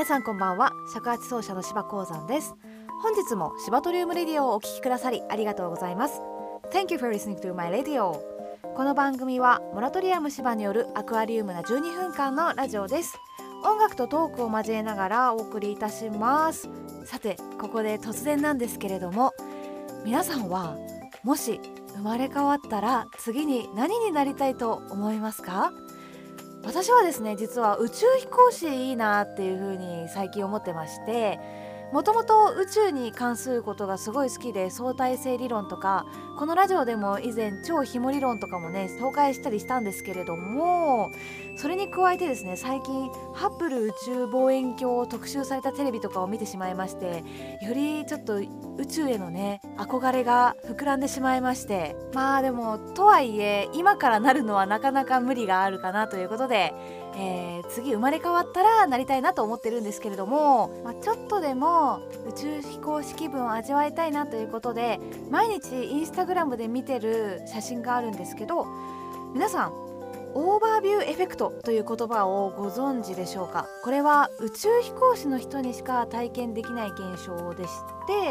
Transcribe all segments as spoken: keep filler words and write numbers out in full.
皆さんこんばんは。尺八奏者の柴鉱山です。本日も柴トリウムレディオをお聞きくださりありがとうございます。 Thank you for listening to my radio。 この番組はモラトリアム柴によるアクアリウムなじゅうにふんかんのラジオです。音楽とトークを交えながらお送りいたします。さてここで突然なんですけれども、皆さんはもし生まれ変わったら次に何になりたいと思いますか？私はですね、実は宇宙飛行士いいなっていう風に最近思ってまして、もともと宇宙に関することがすごい好きで、相対性理論とかこのラジオでも以前超ひも理論とかもね紹介したりしたんですけれども、それに加えてですね、最近ハッブル宇宙望遠鏡を特集されたテレビとかを見てしまいまして、よりちょっと宇宙へのね憧れが膨らんでしまいまして、まあでもとはいえ今からなるのはなかなか無理があるかなということで、えー、次生まれ変わったらなりたいなと思ってるんですけれども、まあ、ちょっとでも宇宙飛行士気分を味わいたいなということで、毎日インスタグラムで見てる写真があるんですけど、皆さんオーバービューエフェクトという言葉をご存知でしょうか？これは宇宙飛行士の人にしか体験できない現象でして、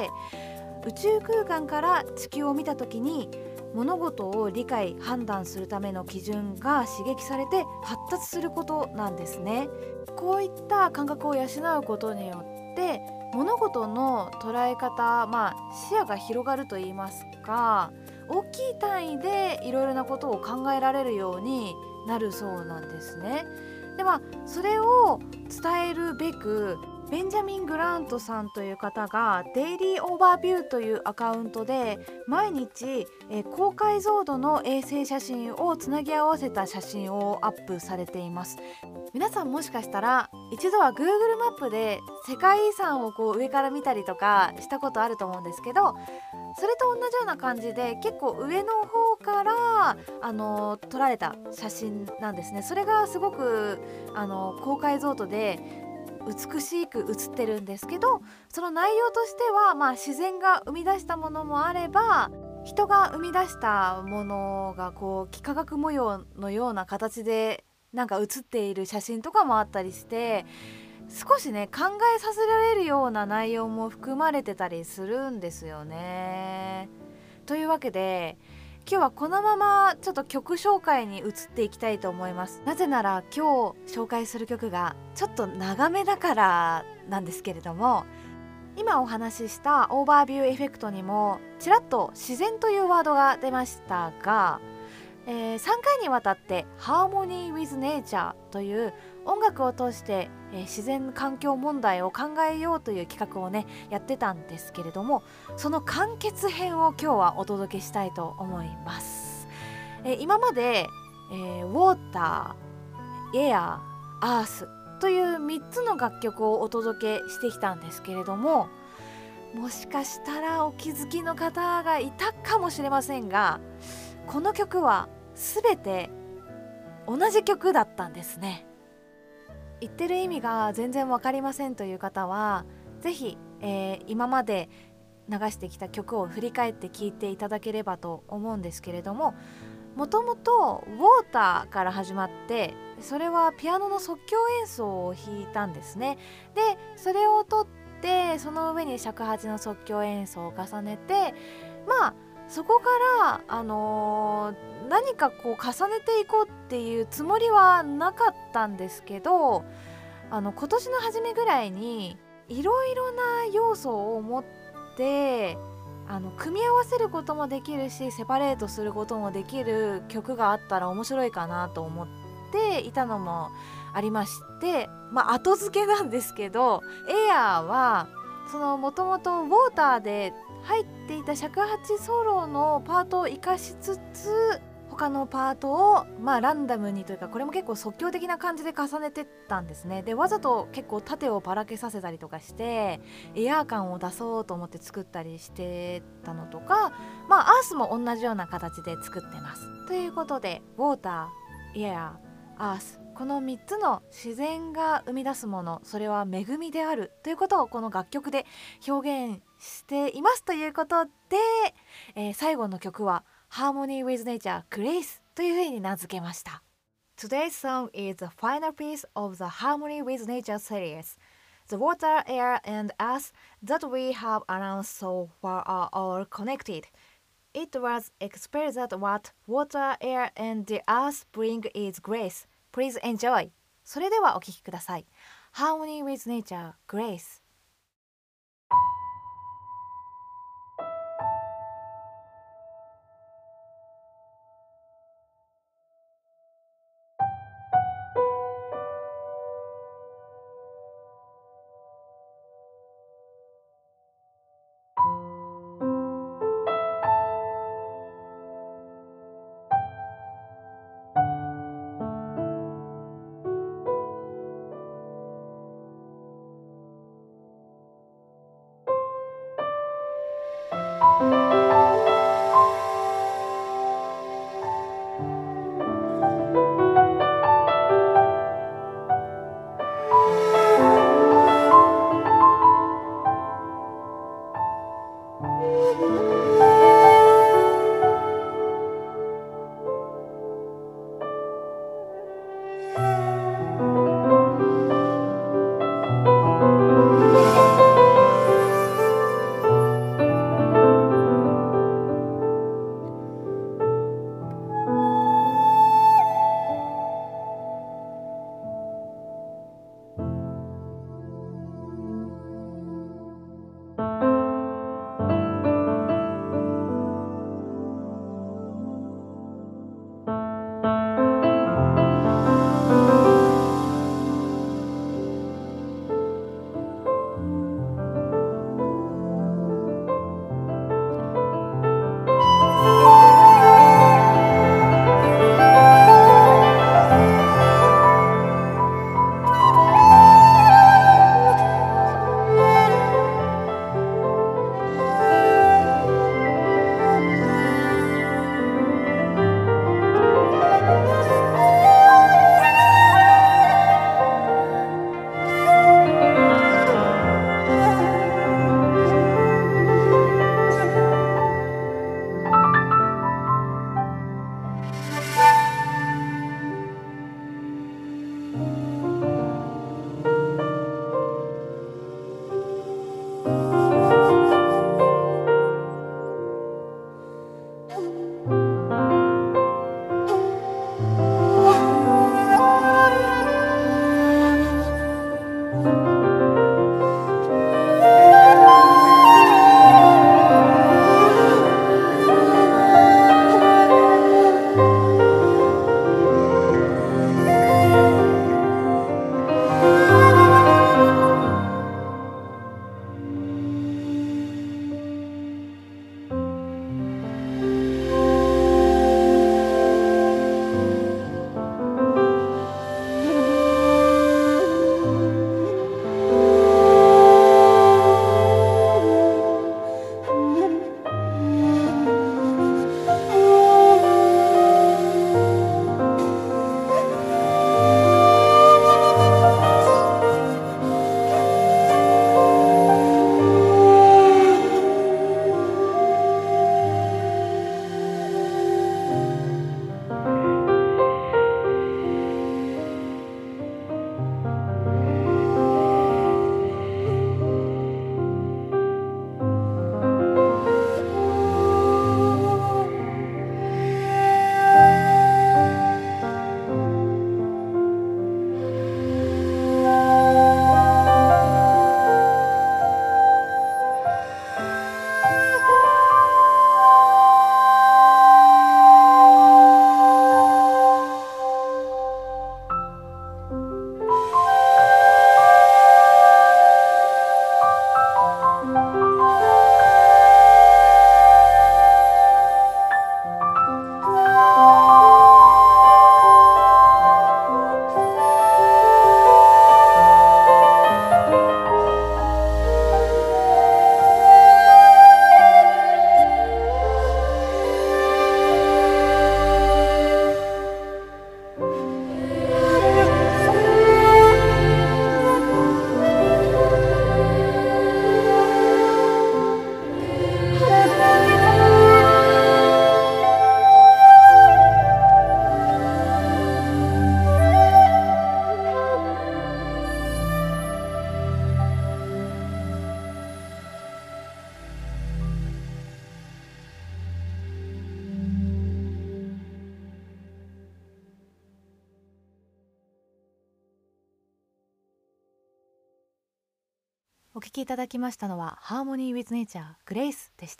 宇宙空間から地球を見た時に物事を理解判断するための基準が刺激されて発達することなんですね。こういった感覚を養うことによって物事の捉え方、まあ視野が広がるといいますか、大きい単位でいろいろなことを考えられるようになるそうなんですね。でまあそれを伝えるべく、ベンジャミン・グラントさんという方がデイリーオーバービューというアカウントで毎日、えー、高解像度の衛星写真をつなぎ合わせた写真をアップされています。皆さんもしかしたら一度は Google マップで世界遺産をこう上から見たりとかしたことあると思うんですけど、それと同じような感じで結構上の方からあの撮られた写真なんですね。それがすごくあの高解像度で美しく写ってるんですけど、その内容としては、まあ、自然が生み出したものもあれば人が生み出したものがこう幾何学模様のような形でなんか写っている写真とかもあったりして、少しね考えさせられるような内容も含まれてたりするんですよね。というわけで今日はこのままちょっと曲紹介に移っていきたいと思います。なぜなら今日紹介する曲がちょっと長めだからなんですけれども、今お話ししたオーバービューエフェクトにもちらっと自然というワードが出ましたが、えー、さんかいにわたってハーモニー with nature という音楽を通して、えー、自然環境問題を考えようという企画をねやってたんですけれども、その完結編を今日はお届けしたいと思います。えー、今まで、えー、ウォーター、エアー、アースというみっつの楽曲をお届けしてきたんですけれども、もしかしたらお気づきの方がいたかもしれませんが、この曲は全て同じ曲だったんですね。言ってる意味が全然わかりませんという方はぜひ、えー、今まで流してきた曲を振り返って聴いていただければと思うんですけれども、もともとウォーターから始まって、それはピアノの即興演奏を弾いたんですね。でそれを取ってその上に尺八の即興演奏を重ねて、まあそこから、あのー、何かこう重ねていこうっていうつもりはなかったんですけど、あの今年の初めぐらいにいろいろな要素を持ってあの組み合わせることもできるしセパレートすることもできる曲があったら面白いかなと思っていたのもありまして、まあ後付けなんですけど、エアーはそのもともとウォーターで入っていた尺八ソロのパートを生かしつつ他のパートをまあランダムにというか、これも結構即興的な感じで重ねてったんですね。でわざと結構縦をばらけさせたりとかしてエアー感を出そうと思って作ったりしてたのとか、まあアースも同じような形で作ってます。ということでウォーター、エアー、アース、このみっつの自然が生み出すもの、それは恵みであるということをこの楽曲で表現していますということで、えー、最後の曲は Harmony with Nature Grace というふうに名付けました。 Today's song is the final piece of the Harmony with Nature series. The water, air, and earth that we have around so far are all connected. It was expressed that what water, air, and the earth bring is grace. Please enjoy. それではお聴きください。Harmony with Nature, Grace。 お聴きいただきましたのは Harmony with Nature グレイスでした。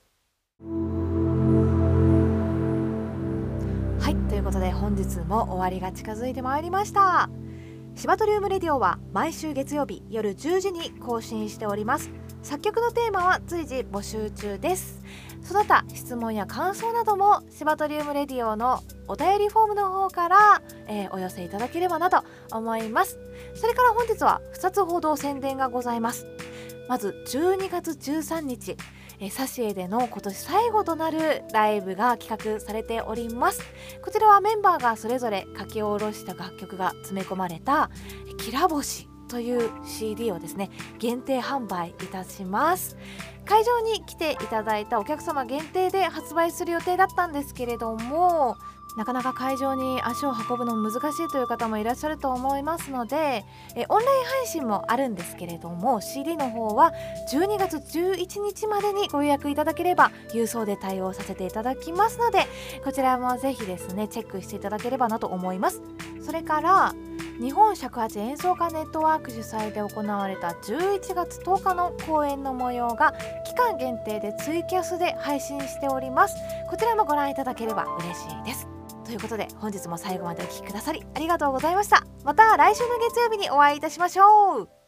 はい、ということで本日も終わりが近づいてまいりました。シバトリウムレディオは毎週月曜日夜じゅうじに更新しております。作曲のテーマは随時募集中です。その他質問や感想などもシバトリウムレディオのお便りフォームの方から、えー、お寄せいただければなと思います。それから本日はふたつほど宣伝がございます。まずじゅうにがつじゅうさんにち、えー、サシエでの今年最後となるライブが企画されております。こちらはメンバーがそれぞれ書き下ろした楽曲が詰め込まれたきら星という シーディー をですね限定販売いたします。会場に来ていただいたお客様限定で発売する予定だったんですけれども、なかなか会場に足を運ぶの難しいという方もいらっしゃると思いますので、えオンライン配信もあるんですけれども シーディー の方はじゅうにがつじゅういちにちまでにご予約いただければ郵送で対応させていただきますので、こちらもぜひですねチェックしていただければなと思います。それから日本尺八演奏家ネットワーク主催で行われたじゅういちがつとおかの公演の模様が期間限定でツイキャスで配信しております。こちらもご覧いただければ嬉しいです。ということで本日も最後までお聴きくださりありがとうございました。また来週の月曜日にお会いいたしましょう。